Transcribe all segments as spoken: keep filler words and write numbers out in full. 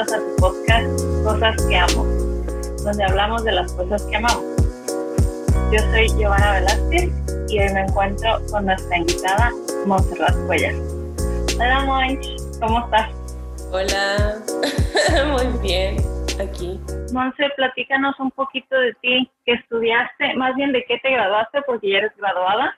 bienvenidos a tu podcast Cosas que Amo, donde hablamos de las cosas que amamos. Yo soy Giovanna Velázquez y hoy me encuentro con nuestra invitada Montserrat Cuellar. Hola Monch, ¿cómo estás? Hola, muy bien, aquí. Monse, platícanos un poquito de ti, qué estudiaste, más bien de qué te graduaste, porque ya eres graduada.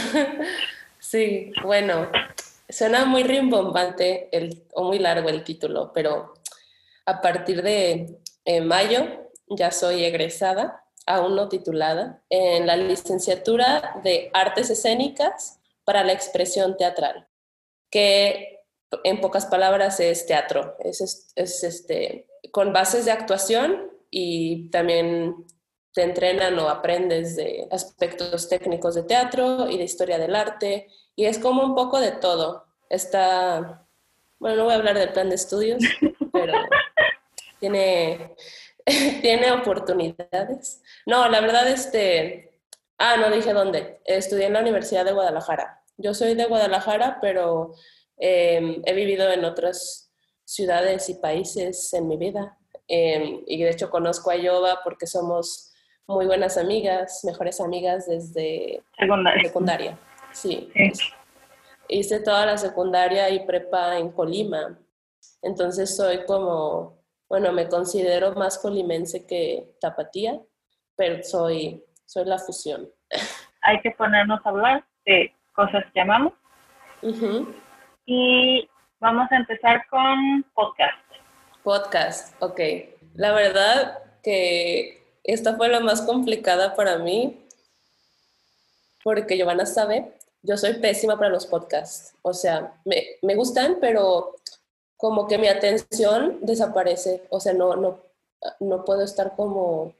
Sí, bueno, suena muy rimbombante el, o muy largo el título, pero a partir de eh, mayo ya soy egresada, aún no titulada, en la licenciatura de Artes Escénicas para la Expresión Teatral, que en pocas palabras es teatro, es, es, es este, con bases de actuación y también te entrenan o aprendes de aspectos técnicos de teatro y de historia del arte, y es como un poco de todo. Está, bueno, no voy a hablar del plan de estudios, pero tiene, tiene oportunidades. No, la verdad, este, ah, no dije dónde, estudié en la Universidad de Guadalajara. Yo soy de Guadalajara, pero eh, he vivido en otras ciudades y países en mi vida, eh, y de hecho conozco a Yoba porque somos muy buenas amigas, mejores amigas desde Secundaria. secundaria. Sí, Sí. hice toda la secundaria y prepa en Colima, entonces soy como, bueno, me considero más colimense que tapatía, pero soy, soy la fusión. Hay que ponernos a hablar de cosas que amamos. Uh-huh. Y vamos a empezar con podcast. Podcast, ok. La verdad que esta fue la más complicada para mí, porque Giovanna sabe, yo soy pésima para los podcasts. O sea, me, me gustan, pero como que mi atención desaparece. O sea, no, no, no puedo estar como...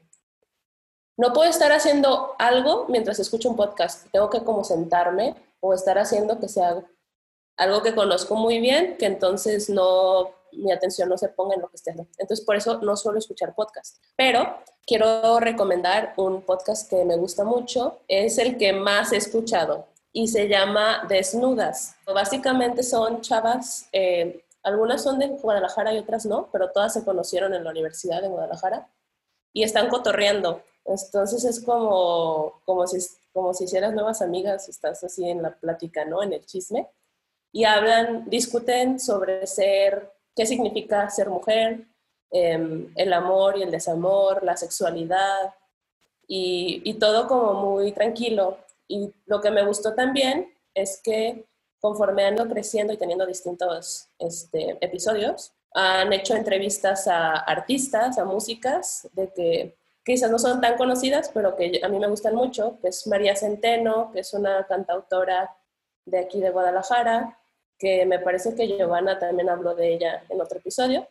No puedo estar haciendo algo mientras escucho un podcast. Tengo que como sentarme o estar haciendo que sea algo que conozco muy bien, que entonces no, mi atención no se ponga en lo que esté haciendo. Entonces, por eso no suelo escuchar podcast. Pero quiero recomendar un podcast que me gusta mucho. Es el que más he escuchado y se llama Desnudas. Básicamente son chavas, eh, algunas son de Guadalajara y otras no, pero todas se conocieron en la Universidad de Guadalajara y están cotorreando. Entonces es como, como, si, como si hicieras nuevas amigas, estás así en la plática, ¿no? En el chisme. Y hablan, discuten sobre ser, qué significa ser mujer, eh, el amor y el desamor, la sexualidad, y, y todo como muy tranquilo. Y lo que me gustó también es que conforme ando creciendo y teniendo distintos este, episodios, han hecho entrevistas a artistas, a músicas, de que quizás no son tan conocidas, pero que a mí me gustan mucho, que es María Centeno, que es una cantautora de aquí de Guadalajara, que me parece que Giovanna también habló de ella en otro episodio.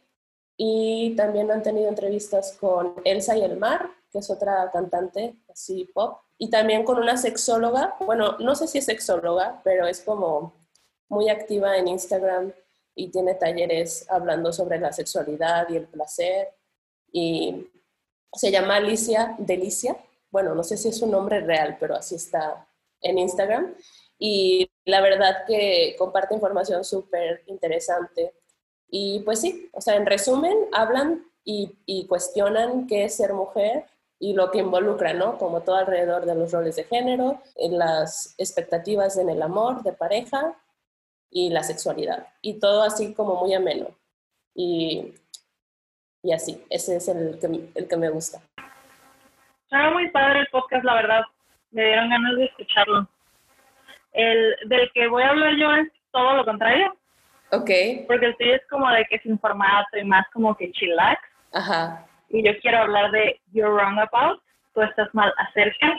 Y también han tenido entrevistas con Elsa y el Mar, que es otra cantante así pop, y también con una sexóloga, bueno, no sé si es sexóloga, pero es como muy activa en Instagram y tiene talleres hablando sobre la sexualidad y el placer, y se llama Alicia Delicia. Bueno, no sé si es un nombre real, pero así está en Instagram. Y la verdad que comparte información súper interesante. Y pues sí, o sea, en resumen, hablan y, y cuestionan qué es ser mujer y lo que involucra, ¿no? Como todo alrededor de los roles de género, las expectativas en el amor de pareja y la sexualidad. Y todo así como muy ameno. Y, y así, ese es el que, el que me gusta. Suena muy padre el podcast, la verdad. Me dieron ganas de escucharlo. El del que voy a hablar yo es todo lo contrario. Ok. Porque el tuyo es como de que es informado y más como que chillax. Ajá. Y yo quiero hablar de You're Wrong About, tú estás mal acerca.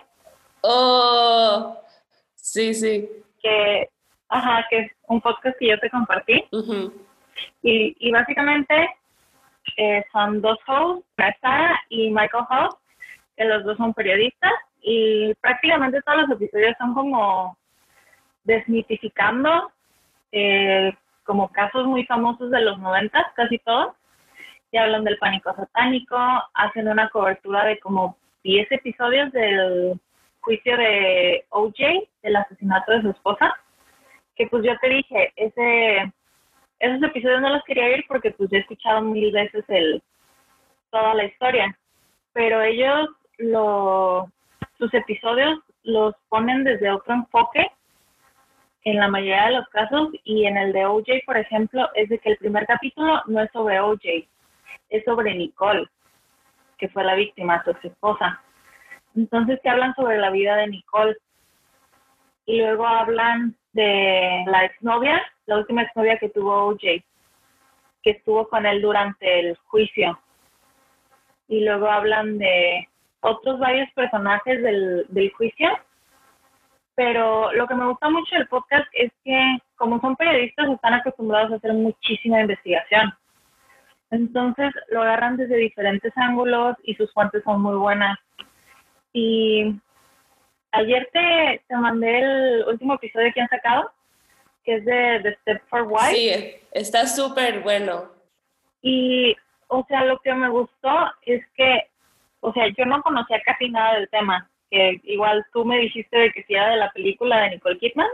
Oh, sí, sí. Que, ajá, que es un podcast que yo te compartí. Uh-huh. Y, y básicamente eh, son dos hosts, Sarah y Michael House, que los dos son periodistas. Y prácticamente todos los episodios son como desmitificando eh, como casos muy famosos de los noventas, casi todos, y hablan del pánico satánico, hacen una cobertura de como diez episodios del juicio de O J, del asesinato de su esposa, que pues yo te dije, ese, esos episodios no los quería ver porque pues ya he escuchado mil veces el, toda la historia, pero ellos lo, sus episodios los ponen desde otro enfoque en la mayoría de los casos, y en el de O J, por ejemplo, es de que el primer capítulo no es sobre O J, es sobre Nicole, que fue la víctima, su ex esposa. Entonces te hablan sobre la vida de Nicole, y luego hablan de la exnovia, la última exnovia que tuvo O J, que estuvo con él durante el juicio. Y luego hablan de otros varios personajes del, del juicio. Pero lo que me gusta mucho del podcast es que, como son periodistas, están acostumbrados a hacer muchísima investigación. Entonces lo agarran desde diferentes ángulos y sus fuentes son muy buenas. Y ayer te, te mandé el último episodio que han sacado, que es de The Step for Wife. Sí, está súper bueno. Y, o sea, lo que me gustó es que, o sea, yo no conocía casi nada del tema, que igual tú me dijiste de que sí era de la película de Nicole Kidman,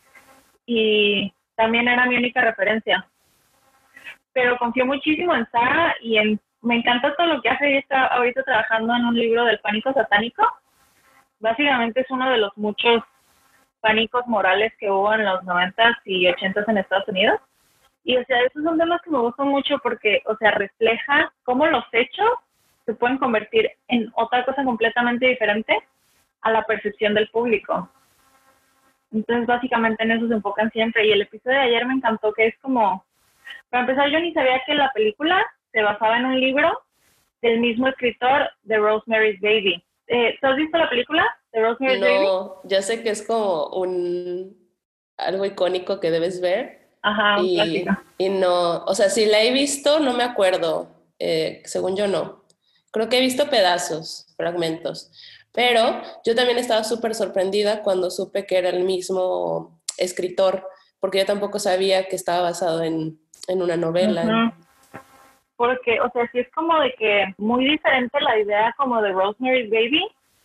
y también era mi única referencia. Pero confío muchísimo en Sara y en, me encanta todo lo que hace. Ella está ahorita trabajando en un libro del pánico satánico. Básicamente es uno de los muchos pánicos morales que hubo en los noventas y ochentas en Estados Unidos. Y, o sea, esos son temas que me gustan mucho porque, o sea, refleja cómo los hechos se pueden convertir en otra cosa completamente diferente a la percepción del público. Entonces, básicamente en eso se enfocan siempre. Y el episodio de ayer me encantó, que es como, para empezar, yo ni sabía que la película se basaba en un libro del mismo escritor de Rosemary's Baby. Eh, ¿Tú has visto la película de Rosemary's no, Baby? No, ya sé que es como un algo icónico que debes ver. Ajá, un y, clásico. Y no, o sea, si la he visto, no me acuerdo. Eh, según yo, no. Creo que he visto pedazos, fragmentos. Pero yo también estaba súper sorprendida cuando supe que era el mismo escritor, porque yo tampoco sabía que estaba basado en, en una novela. Uh-huh. Porque, o sea, sí es como de que muy diferente la idea como de Rosemary's Baby,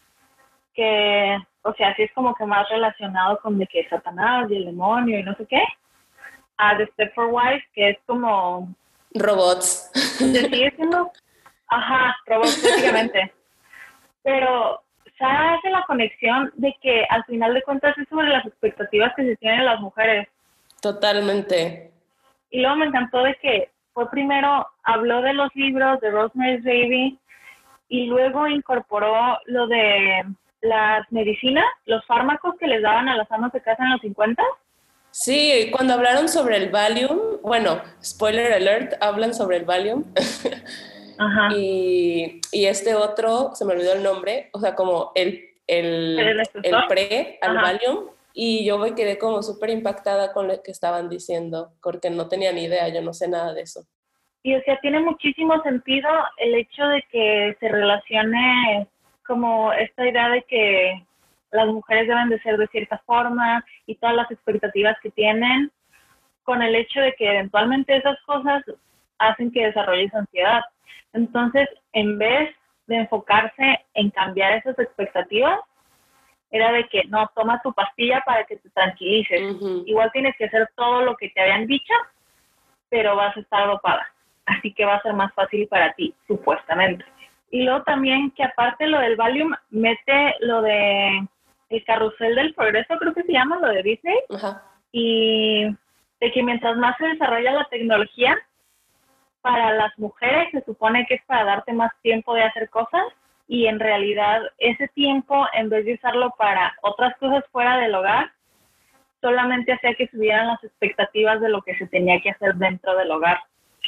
que, o sea, sí es como que más relacionado con de que Satanás y el demonio y no sé qué, a The Step for Wife, que es como... robots. O sea, sigue siendo... Ajá, robots prácticamente. Pero Sara hace la conexión de que al final de cuentas es sobre las expectativas que se tienen las mujeres. Totalmente. Y luego me encantó de que fue primero, habló de los libros de Rosemary's Baby y luego incorporó lo de las medicinas, los fármacos que les daban a las amas de casa en los cincuenta. Sí, cuando hablaron sobre el Valium, bueno, spoiler alert, hablan sobre el Valium. Ajá. Y, y este otro, se me olvidó el nombre, o sea, como el, el, ¿El, el pre al Ajá. Valium, y yo me quedé como súper impactada con lo que estaban diciendo, porque no tenía ni idea, yo no sé nada de eso. Y o sea, tiene muchísimo sentido el hecho de que se relacione como esta idea de que las mujeres deben de ser de cierta forma y todas las expectativas que tienen, con el hecho de que eventualmente esas cosas hacen que desarrolles ansiedad. Entonces, en vez de enfocarse en cambiar esas expectativas, era de que no, toma tu pastilla para que te tranquilices. Uh-huh. Igual tienes que hacer todo lo que te habían dicho, pero vas a estar dopada. Así que va a ser más fácil para ti, supuestamente. Y luego también que aparte lo del Valium, mete lo de el carrusel del progreso, creo que se llama, lo de Disney. Uh-huh. Y de que mientras más se desarrolla la tecnología, para las mujeres se supone que es para darte más tiempo de hacer cosas, y en realidad ese tiempo, en vez de usarlo para otras cosas fuera del hogar, solamente hacía que subieran las expectativas de lo que se tenía que hacer dentro del hogar.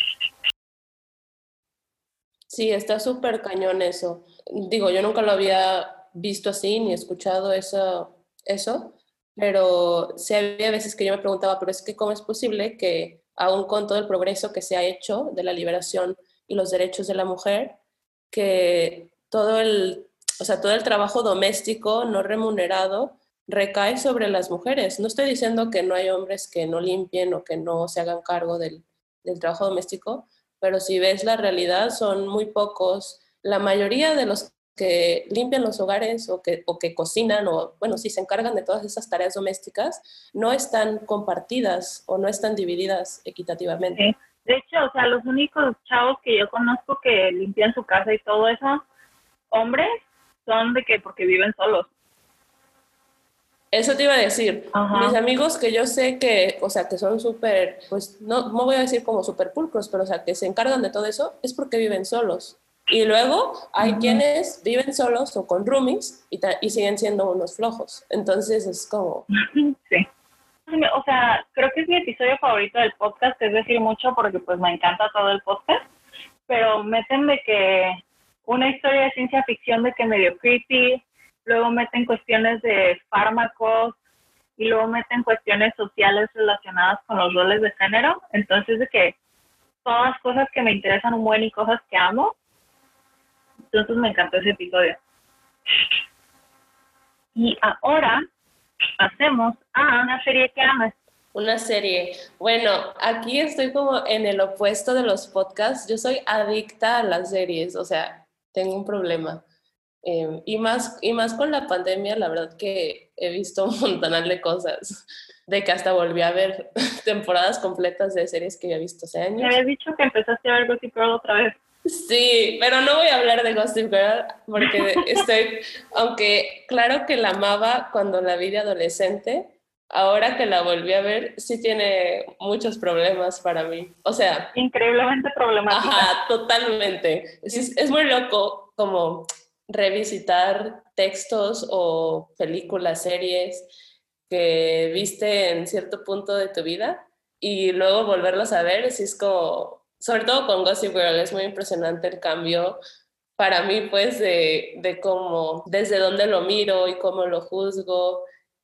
Sí, está súper cañón eso. Digo, yo nunca lo había visto así ni escuchado eso, eso, pero sí había veces que yo me preguntaba, pero es que ¿cómo es posible que aún con todo el progreso que se ha hecho de la liberación y los derechos de la mujer, que todo el, o sea, todo el trabajo doméstico no remunerado recae sobre las mujeres? No estoy diciendo que no hay hombres que no limpien o que no se hagan cargo del, del trabajo doméstico, pero si ves la realidad son muy pocos. La mayoría de los que limpian los hogares o que, o que cocinan o, bueno, si se encargan de todas esas tareas domésticas, no están compartidas o no están divididas equitativamente. Sí. De hecho, o sea, los únicos chavos que yo conozco que limpian su casa y todo eso, hombres, son de que porque viven solos. Eso te iba a decir. Ajá. Mis amigos que yo sé que, o sea, que son súper, pues no, no voy a decir como súper pulcros, pero o sea, que se encargan de todo eso, es porque viven solos. Y luego hay uh-huh. quienes viven solos o con roomies y, ta- y siguen siendo unos flojos. Entonces es como... Sí. O sea, creo que es mi episodio favorito del podcast, es decir mucho porque pues me encanta todo el podcast, pero meten de que una historia de ciencia ficción de que medio creepy, luego meten cuestiones de fármacos y luego meten cuestiones sociales relacionadas con los roles de género. Entonces, de que todas cosas que me interesan un buen y cosas que amo. Entonces, me encantó ese episodio. Y ahora hacemos a una serie que amas. Una serie. Bueno, aquí estoy como en el opuesto de los podcasts. Yo soy adicta a las series, o sea, tengo un problema. Eh, y, más, y más con la pandemia, la verdad que he visto un montonal de cosas, de que hasta volví a ver temporadas completas de series que había visto hace años. Me habías dicho que empezaste a ver Gossip Girl otra vez. Sí, pero no voy a hablar de Gossip Girl porque estoy, aunque claro que la amaba cuando la vi de adolescente, ahora que la volví a ver, sí tiene muchos problemas para mí. O sea... Increíblemente problemática. Ajá, totalmente. Es, es muy loco como revisitar textos o películas, series que viste en cierto punto de tu vida y luego volverlos a ver. Sí, es como, sobre todo con Gossip Girl, es muy impresionante el cambio para mí, pues, de, de cómo, desde dónde lo miro y cómo lo juzgo.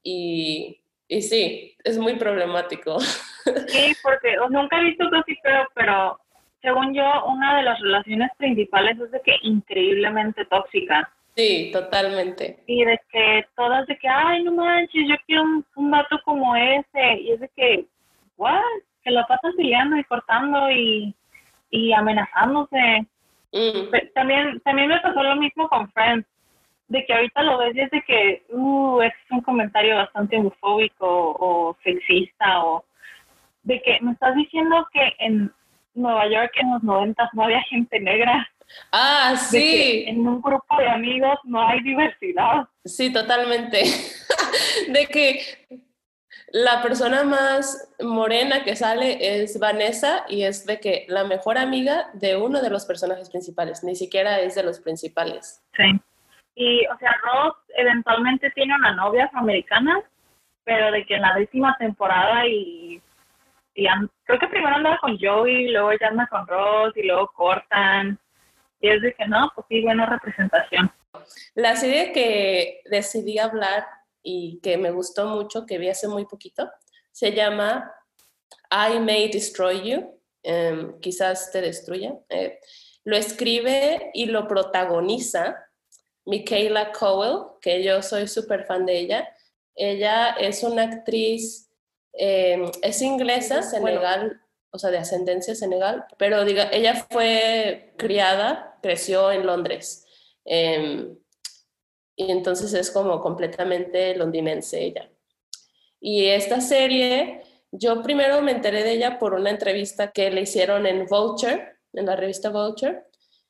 Y, y sí, es muy problemático. Sí, porque nunca he visto Gossip Girl, pero según yo, una de las relaciones principales es de que increíblemente tóxica. Sí, totalmente. Y de que todas de que, ay, no manches, yo quiero un, un vato como ese. Y es de que, what? Que lo pasan peleando y cortando y, y amenazándose. Mm. Pero también, también me pasó lo mismo con Friends. De que ahorita lo ves y es de que, uh, es un comentario bastante homofóbico o sexista o de que me estás diciendo que en Nueva York en los noventas no había gente negra. Ah, sí. De que en un grupo de amigos no hay diversidad. Sí, totalmente. De que la persona más morena que sale es Vanessa y es de que la mejor amiga de uno de los personajes principales, ni siquiera es de los principales. Sí. Y, o sea, Ross eventualmente tiene una novia afroamericana, pero de que en la décima temporada y... Y and, creo que primero andaba con Joey, luego ella anda con Ross y luego cortan. Y es de que no, pues sí, buena representación. La serie que decidí hablar y que me gustó mucho, que vi hace muy poquito, se llama I May Destroy You, eh, quizás te destruya. Eh, lo escribe y lo protagoniza Michaela Coel, que yo soy súper fan de ella. Ella es una actriz... Eh, es inglesa, senegal, bueno, o sea, de ascendencia senegal, pero diga, ella fue criada, creció en Londres. Eh, y entonces es como completamente londinense ella. Y esta serie, yo primero me enteré de ella por una entrevista que le hicieron en Vulture, en la revista Vulture.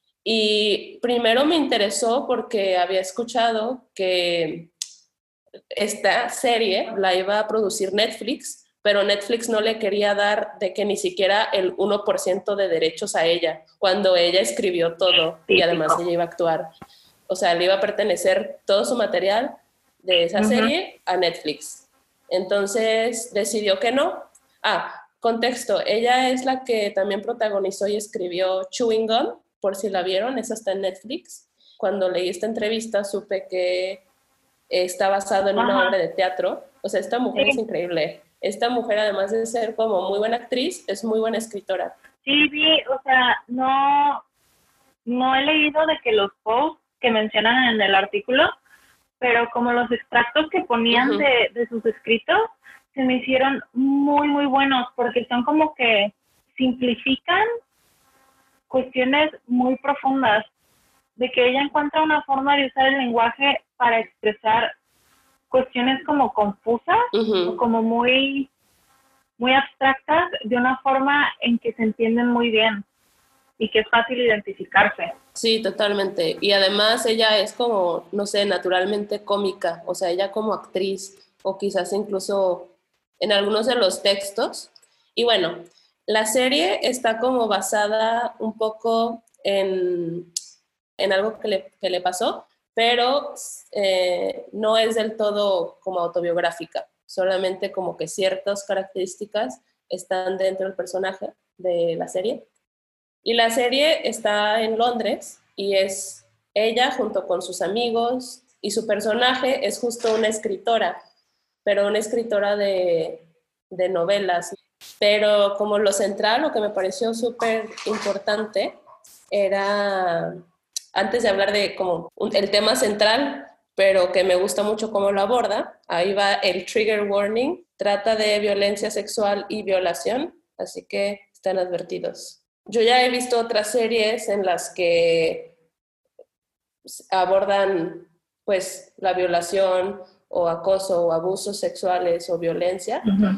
Y primero me interesó porque había escuchado que esta serie la iba a producir Netflix, pero Netflix no le quería dar de que ni siquiera el uno por ciento de derechos a ella, cuando ella escribió todo y además ella iba a actuar. O sea, le iba a pertenecer todo su material de esa uh-huh. serie a Netflix. Entonces decidió que no. Ah, contexto, ella es la que también protagonizó y escribió Chewing Gum, por si la vieron, esa está en Netflix. Cuando leí esta entrevista supe que está basado en Ajá. una obra de teatro. O sea, esta mujer sí. es increíble. Esta mujer, además de ser como muy buena actriz, es muy buena escritora. Sí, vi, o sea, no, no he leído de que los posts que mencionan en el artículo, pero como los extractos que ponían uh-huh. de, de sus escritos, se me hicieron muy, muy buenos, porque son como que simplifican cuestiones muy profundas. de que ella encuentra una forma de usar el lenguaje para expresar cuestiones como confusas uh-huh. o como muy, muy abstractas de una forma en que se entienden muy bien y que es fácil identificarse. Sí, totalmente. Y además ella es como, no sé, naturalmente cómica, o sea, ella como actriz o quizás incluso en algunos de los textos. Y bueno, la serie está como basada un poco en, en algo que le, que le pasó, pero eh, no es del todo como autobiográfica, solamente como que ciertas características están dentro del personaje de la serie. Y la serie está en Londres y es ella junto con sus amigos y su personaje es justo una escritora, pero una escritora de, de novelas. Pero como lo central, lo que me pareció súper importante era, antes de hablar de como un, el tema central, pero que me gusta mucho cómo lo aborda, ahí va el trigger warning, trata de violencia sexual y violación, así que están advertidos. Yo ya he visto otras series en las que abordan pues la violación o acoso o abusos sexuales o violencia, uh-huh.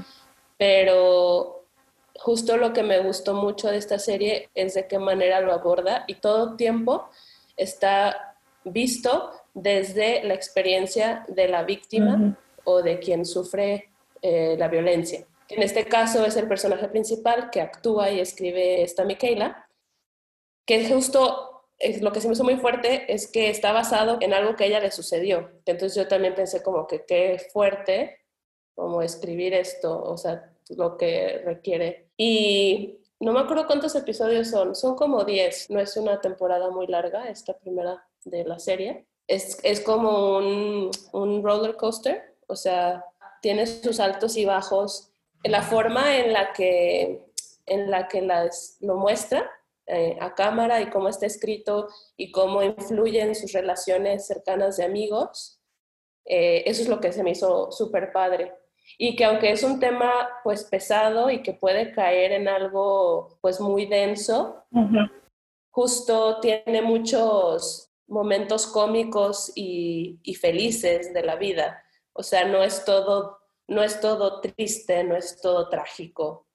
pero justo lo que me gustó mucho de esta serie es de qué manera lo aborda y todo tiempo está visto desde la experiencia de la víctima uh-huh. o de quien sufre eh, la violencia. En este caso es el personaje principal que actúa y escribe esta Michaela, que justo es lo que se me hizo muy fuerte es que está basado en algo que a ella le sucedió. Entonces yo también pensé como que qué fuerte como escribir esto, o sea, lo que requiere. Y no me acuerdo cuántos episodios son, son como diez, no es una temporada muy larga esta primera de la serie. Es, es como un, un roller coaster, o sea, tiene sus altos y bajos. La forma en la que, en la que las, lo muestra eh, a cámara y cómo está escrito y cómo influye en sus relaciones cercanas de amigos, eh, eso es lo que se me hizo súper padre. Y que aunque es un tema pues pesado y que puede caer en algo pues muy denso, uh-huh. justo tiene muchos momentos cómicos y, y felices de la vida. O sea, no es todo, no es todo triste, no es todo trágico.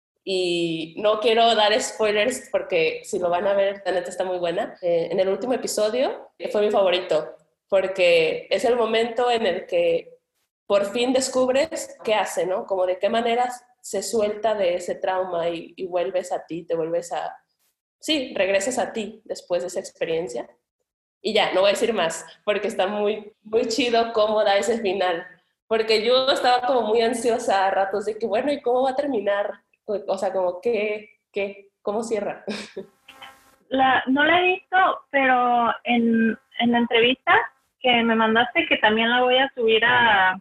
Y no quiero dar spoilers porque si lo van a ver, la neta está muy buena. Eh, en el último episodio fue mi favorito porque es el momento en el que por fin descubres qué hace, ¿no? Como de qué manera se suelta de ese trauma y, y vuelves a ti, te vuelves a... Sí, regresas a ti después de esa experiencia. Y ya, no voy a decir más, porque está muy, muy chido cómo da ese final. Porque yo estaba como muy ansiosa a ratos de que, bueno, ¿y cómo va a terminar? O sea, como, ¿qué? ¿Qué? ¿Cómo cierra? La, no la he visto, pero en, en la entrevista que me mandaste, que también la voy a subir a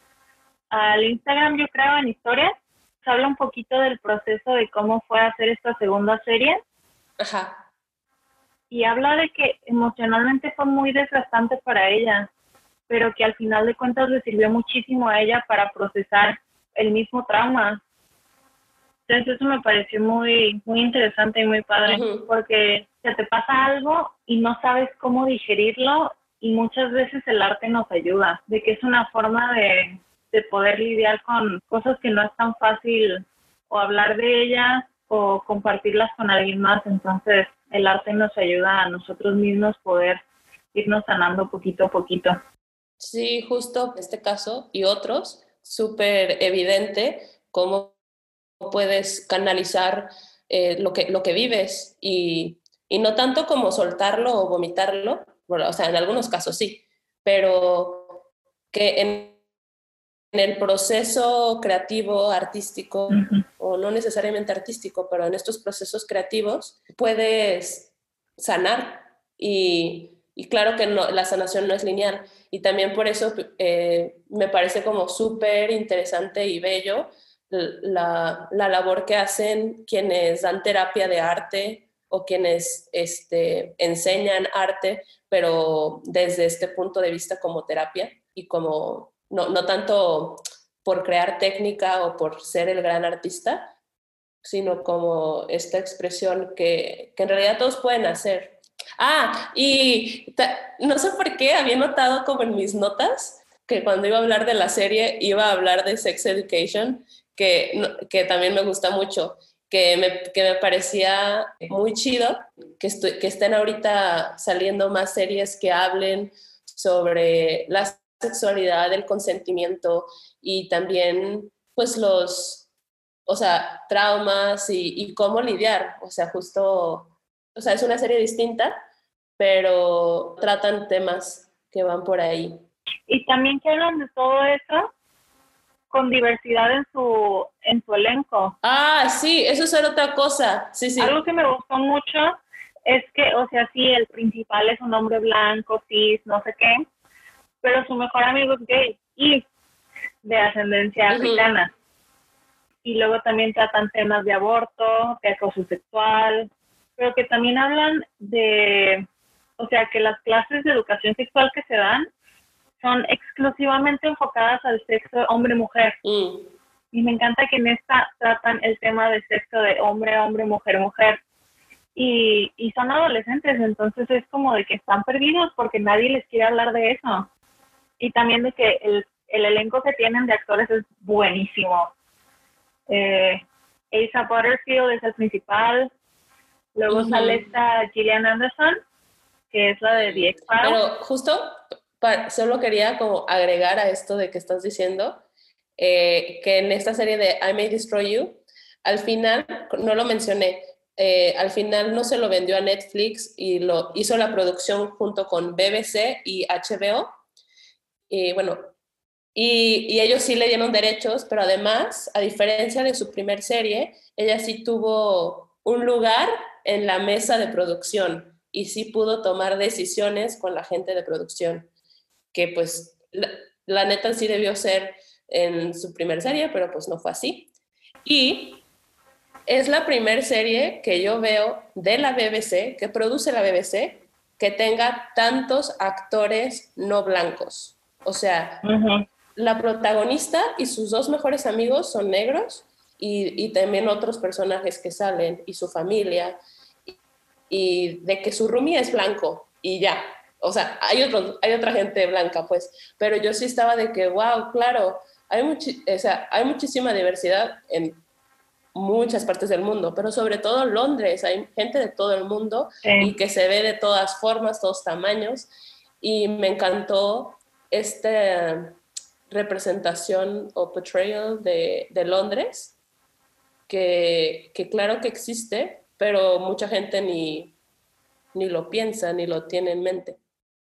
al Instagram, yo creo, en historias, se habla un poquito del proceso de cómo fue hacer esta segunda serie. Ajá. Y habla de que emocionalmente fue muy desgastante para ella, pero que al final de cuentas le sirvió muchísimo a ella para procesar el mismo trauma. Entonces eso me pareció muy, muy interesante y muy padre, uh-huh. porque se te pasa algo y no sabes cómo digerirlo y muchas veces el arte nos ayuda, de que es una forma de, de poder lidiar con cosas que no es tan fácil o hablar de ellas o compartirlas con alguien más. Entonces el arte nos ayuda a nosotros mismos poder irnos sanando poquito a poquito. Sí, justo en este caso y otros, súper evidente cómo puedes canalizar eh, lo, que, lo que vives y, y no tanto como soltarlo o vomitarlo, bueno, o sea, en algunos casos sí, pero que en, en el proceso creativo, artístico, uh-huh. o no necesariamente artístico, pero en estos procesos creativos puedes sanar y, y claro que no, la sanación no es lineal y también por eso eh, me parece como súper interesante y bello La, la labor que hacen quienes dan terapia de arte o quienes este, enseñan arte, pero desde este punto de vista como terapia y como no, no tanto por crear técnica o por ser el gran artista, sino como esta expresión que, que en realidad todos pueden hacer. Ah, y ta- no sé por qué había notado como en mis notas que cuando iba a hablar de la serie iba a hablar de Sex Education, que, no- que también me gusta mucho, que me, que me parecía muy chido que, estu- que estén ahorita saliendo más series que hablen sobre la sexualidad, el consentimiento y también pues los, o sea, traumas y, y cómo lidiar, o sea, justo, o sea, es una serie distinta pero tratan temas que van por ahí. Y también que hablan de todo eso con diversidad en su, en su elenco. Ah, sí, eso es otra cosa. Sí, sí. Algo que me gustó mucho es que, o sea, sí, el principal es un hombre blanco, cis, no sé qué, pero su mejor amigo es gay y de ascendencia Uh-huh. africana. Y luego también tratan temas de aborto, de acoso sexual, pero que también hablan de, o sea, que las clases de educación sexual que se dan son exclusivamente enfocadas al sexo hombre-mujer. Mm. Y me encanta que en esta tratan el tema de sexo de hombre-hombre, mujer-mujer. Y, y son adolescentes, entonces es como de que están perdidos porque nadie les quiere hablar de eso. Y también de que el, el elenco que tienen de actores es buenísimo. Eh, Asa Butterfield es el principal. Luego Uh-huh. sale esta Gillian Anderson, que es la de The X-Files. Pero justo, para, solo quería como agregar a esto de que estás diciendo, eh, que en esta serie de I May Destroy You, al final, no lo mencioné, eh, al final no se lo vendió a Netflix y lo hizo la producción junto con B B C y H B O. Y bueno, y, y ellos sí le dieron derechos, pero además, a diferencia de su primer serie, ella sí tuvo un lugar en la mesa de producción y sí pudo tomar decisiones con la gente de producción, que pues la, la neta sí debió ser en su primer serie, pero pues no fue así. Y es la primera serie que yo veo de la B B C, que produce la B B C, que tenga tantos actores no blancos. O sea, uh-huh. La protagonista y sus dos mejores amigos son negros y, y también otros personajes que salen y su familia y, y de que su roomie es blanco y ya. O sea, hay, otro, hay otra gente blanca, pues, pero yo sí estaba de que, wow, claro, hay, muchi- o sea, hay muchísima diversidad en muchas partes del mundo, pero sobre todo en Londres, hay gente de todo el mundo sí. Y que se ve de todas formas, todos tamaños, y me encantó esta representación o portrayal de, de Londres, que, que claro que existe, pero mucha gente ni, ni lo piensa, ni lo tiene en mente.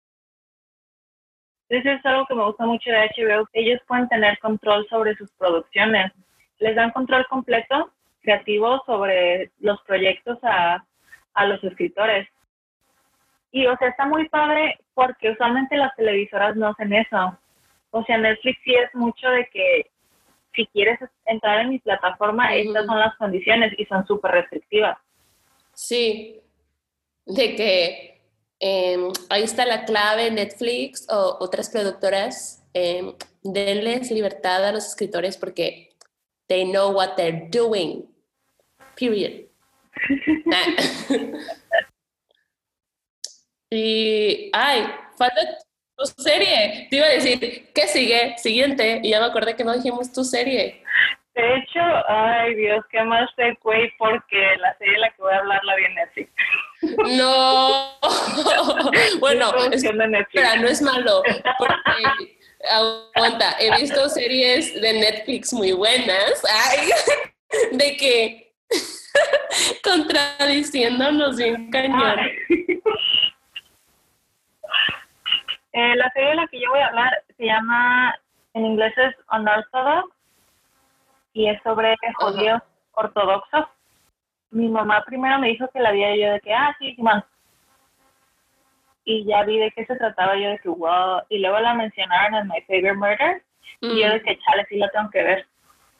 Eso es algo que me gusta mucho de H B O, ellos pueden tener control sobre sus producciones, les dan control completo creativo sobre los proyectos a, a los escritores. Y, o sea, está muy padre porque usualmente las televisoras no hacen eso. O sea, Netflix sí es mucho de que si quieres entrar en mi plataforma, uh-huh. Estas son las condiciones y son súper restrictivas. Sí, de que eh, ahí está la clave, Netflix o otras productoras, eh, denles libertad a los escritores porque they know what they're doing. Period. Y, ay, falta tu serie. Te iba a decir, ¿qué sigue? Siguiente. Y ya me acordé que no dijimos tu serie. De hecho, ay Dios, qué más segue porque la serie de la que voy a hablar la vi en Netflix. No. Bueno, es, espera, no es malo. Porque, aguanta, he visto series de Netflix muy buenas. Ay, de que contradiciéndonos bien cañón. Eh, la serie de la que yo voy a hablar se llama, en inglés es Unorthodox, y es sobre judíos uh-huh. ortodoxos. Mi mamá primero me dijo que la vi y yo de que, ah, sí, Simón. Y ya vi de qué se trataba, yo de que, wow. Y luego la mencionaron en My Favorite Murder, mm. y yo de que, chale, sí la tengo que ver.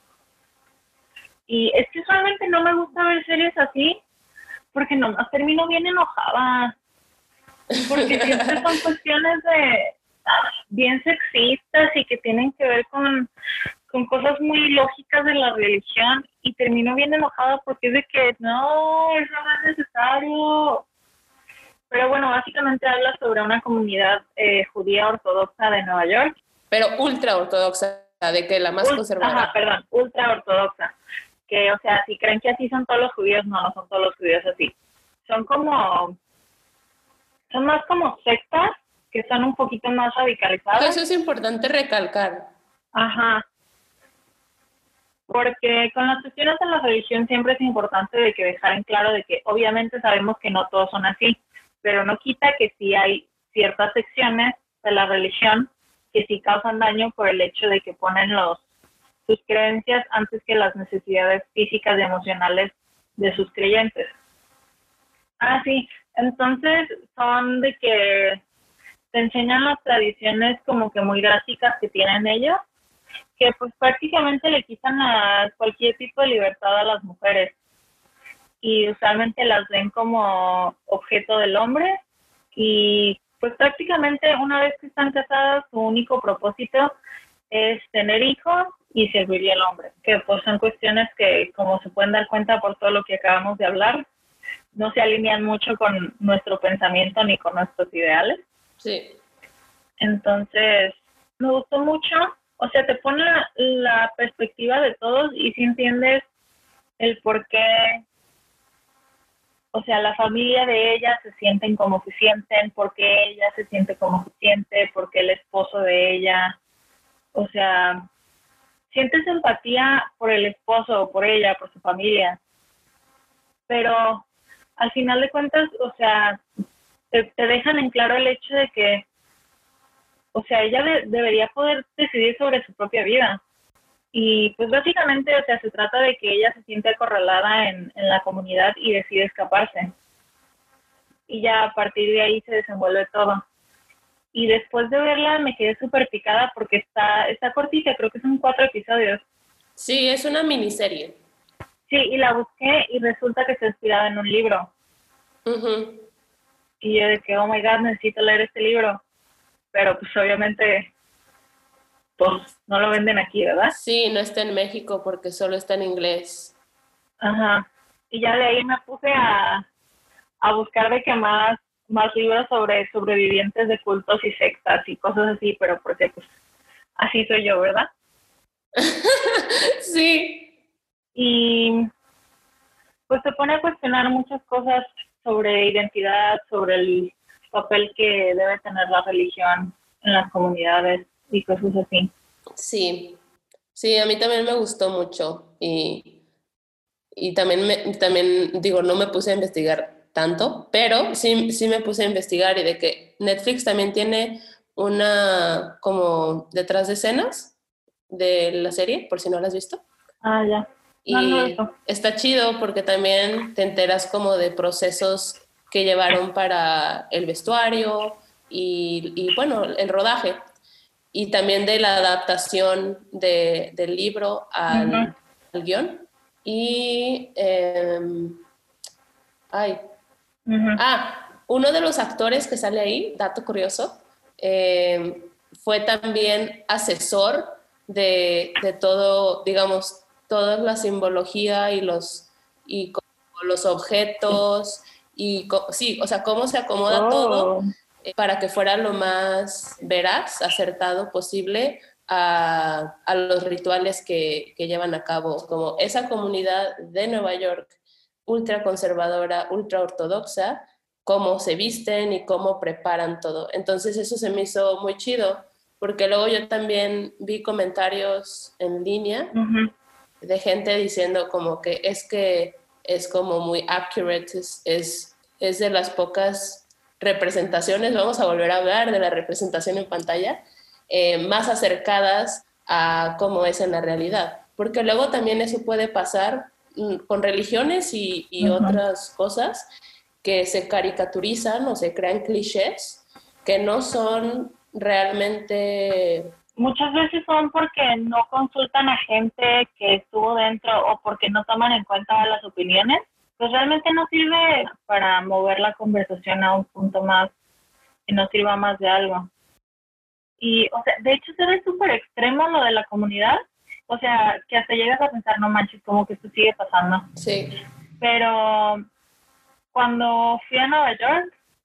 Y es que usualmente no me gusta ver series así, porque nomás termino bien enojada. Porque siempre son cuestiones de bien sexistas y que tienen que ver con, con cosas muy lógicas de la religión, y termino bien enojada porque es de que no, eso no es necesario. Pero bueno, básicamente habla sobre una comunidad eh, judía ortodoxa de Nueva York. Pero ultra ortodoxa, de que la más Ul- conservadora. Ajá, perdón, ultra ortodoxa. Que, o sea, si creen que así son todos los judíos, no, no son todos los judíos así. Son como, son más como sectas que son un poquito más radicalizadas. Eso es importante recalcar. Ajá. Porque con las cuestiones de la religión siempre es importante de que dejar en claro de que obviamente sabemos que no todos son así, pero no quita que sí hay ciertas secciones de la religión que sí causan daño por el hecho de que ponen los sus creencias antes que las necesidades físicas y emocionales de sus creyentes. Ah, sí, entonces son de que te enseñan las tradiciones como que muy drásticas que tienen ellos, que pues prácticamente le quitan a cualquier tipo de libertad a las mujeres y usualmente las ven como objeto del hombre y pues prácticamente una vez que están casadas su único propósito es tener hijos y servir al hombre, que pues son cuestiones que como se pueden dar cuenta por todo lo que acabamos de hablar, no se alinean mucho con nuestro pensamiento ni con nuestros ideales. Sí. Entonces, me gustó mucho, o sea, te pone la, la perspectiva de todos y si entiendes el por qué, o sea, la familia de ella se sienten como se sienten, por qué ella se siente como se siente, por qué el esposo de ella, o sea, sientes empatía por el esposo o por ella, por su familia, pero al final de cuentas, o sea, te, te dejan en claro el hecho de que, o sea, ella de, debería poder decidir sobre su propia vida. Y pues básicamente, o sea, se trata de que ella se siente acorralada en, en la comunidad y decide escaparse. Y ya a partir de ahí se desenvuelve todo. Y después de verla me quedé súper picada porque está, está cortita, creo que son cuatro episodios. Sí, es una miniserie. Sí, y la busqué y resulta que está inspirada en un libro. Uh-huh. Y yo de que, oh my God, necesito leer este libro. Pero pues obviamente, pues no lo venden aquí, ¿verdad? Sí, no está en México porque solo está en inglés. Ajá. Y ya de ahí me puse a, a buscar de que más, más libros sobre sobrevivientes de cultos y sectas y cosas así, pero porque pues así soy yo, ¿verdad? Sí. Y pues se pone a cuestionar muchas cosas sobre identidad, sobre el papel que debe tener la religión en las comunidades y cosas así. Sí, sí, a mí también me gustó mucho y, y también, me, también digo, no me puse a investigar tanto, pero sí, sí me puse a investigar y de que Netflix también tiene una como detrás de escenas de la serie, por si no la has visto. Ah, ya. No, no Y eso. está chido porque también te enteras como de procesos que llevaron para el vestuario y, y bueno, el rodaje. Y también de la adaptación de, del libro al, Uh-huh. al guión. Y, eh, ay, Uh-huh. ah, uno de los actores que sale ahí, dato curioso, eh, fue también asesor de, de todo, digamos, toda la simbología y los, y los objetos, y sí, o sea, cómo se acomoda Oh. todo eh, para que fuera lo más veraz, acertado posible a, a los rituales que, que llevan a cabo, como esa comunidad de Nueva York ultra conservadora, ultra ortodoxa, cómo se visten y cómo preparan todo. Entonces eso se me hizo muy chido, porque luego yo también vi comentarios en línea Uh-huh. de gente diciendo como que es que es como muy accurate, es, es, es de las pocas representaciones, vamos a volver a hablar de la representación en pantalla, eh, más acercadas a cómo es en la realidad. Porque luego también eso puede pasar con religiones y, y uh-huh. otras cosas que se caricaturizan o se crean clichés que no son realmente... Muchas veces son porque no consultan a gente que estuvo dentro o porque no toman en cuenta las opiniones, pues realmente no sirve para mover la conversación a un punto más que no sirva más de algo. Y, o sea, de hecho se ve súper extremo lo de la comunidad, o sea, que hasta llegas a pensar, no manches, como que esto sigue pasando. Sí. Pero cuando fui a Nueva York,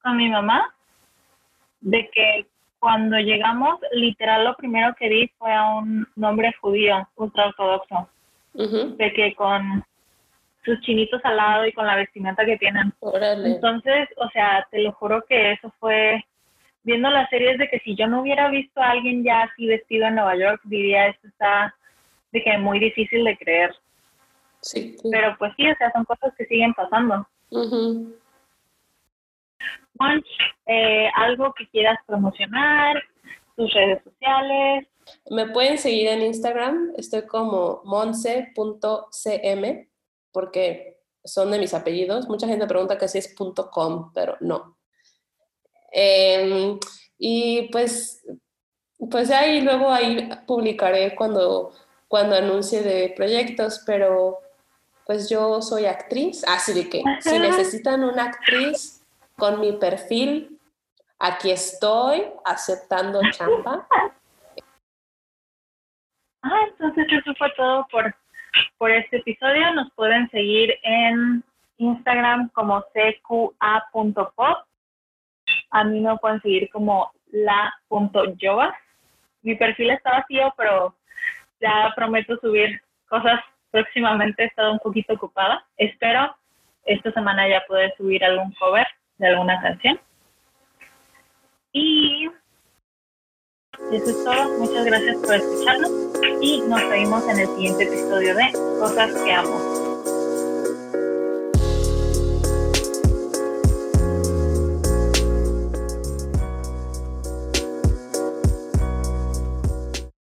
con mi mamá de que cuando llegamos, literal lo primero que vi fue a un hombre judío ultraortodoxo, uh-huh. de que con sus chinitos al lado y con la vestimenta que tienen. Órale. Entonces, o sea, te lo juro que eso fue, viendo las series, de que si yo no hubiera visto a alguien ya así vestido en Nueva York, diría, esto está de que muy difícil de creer. Sí, sí. Pero pues sí, o sea, son cosas que siguen pasando. Uh-huh. Monch, eh, algo que quieras promocionar, tus redes sociales. Me pueden seguir en Instagram, estoy como monse punto c m porque son de mis apellidos. Mucha gente pregunta que si es .com, pero no. Eh, y pues, pues ahí luego ahí publicaré cuando, cuando anuncie de proyectos, pero pues yo soy actriz, así de que si necesitan una actriz con mi perfil, aquí estoy aceptando chamba. Ah, entonces eso fue todo por, por este episodio. Nos pueden seguir en Instagram como c q a punto pop. A mí me pueden seguir como la punto yoga. Mi perfil está vacío, pero ya prometo subir cosas próximamente. He estado un poquito ocupada. Espero esta semana ya poder subir algún cover de alguna canción. Y eso es todo. Muchas gracias por escucharnos y nos vemos en el siguiente episodio de Cosas que Amo.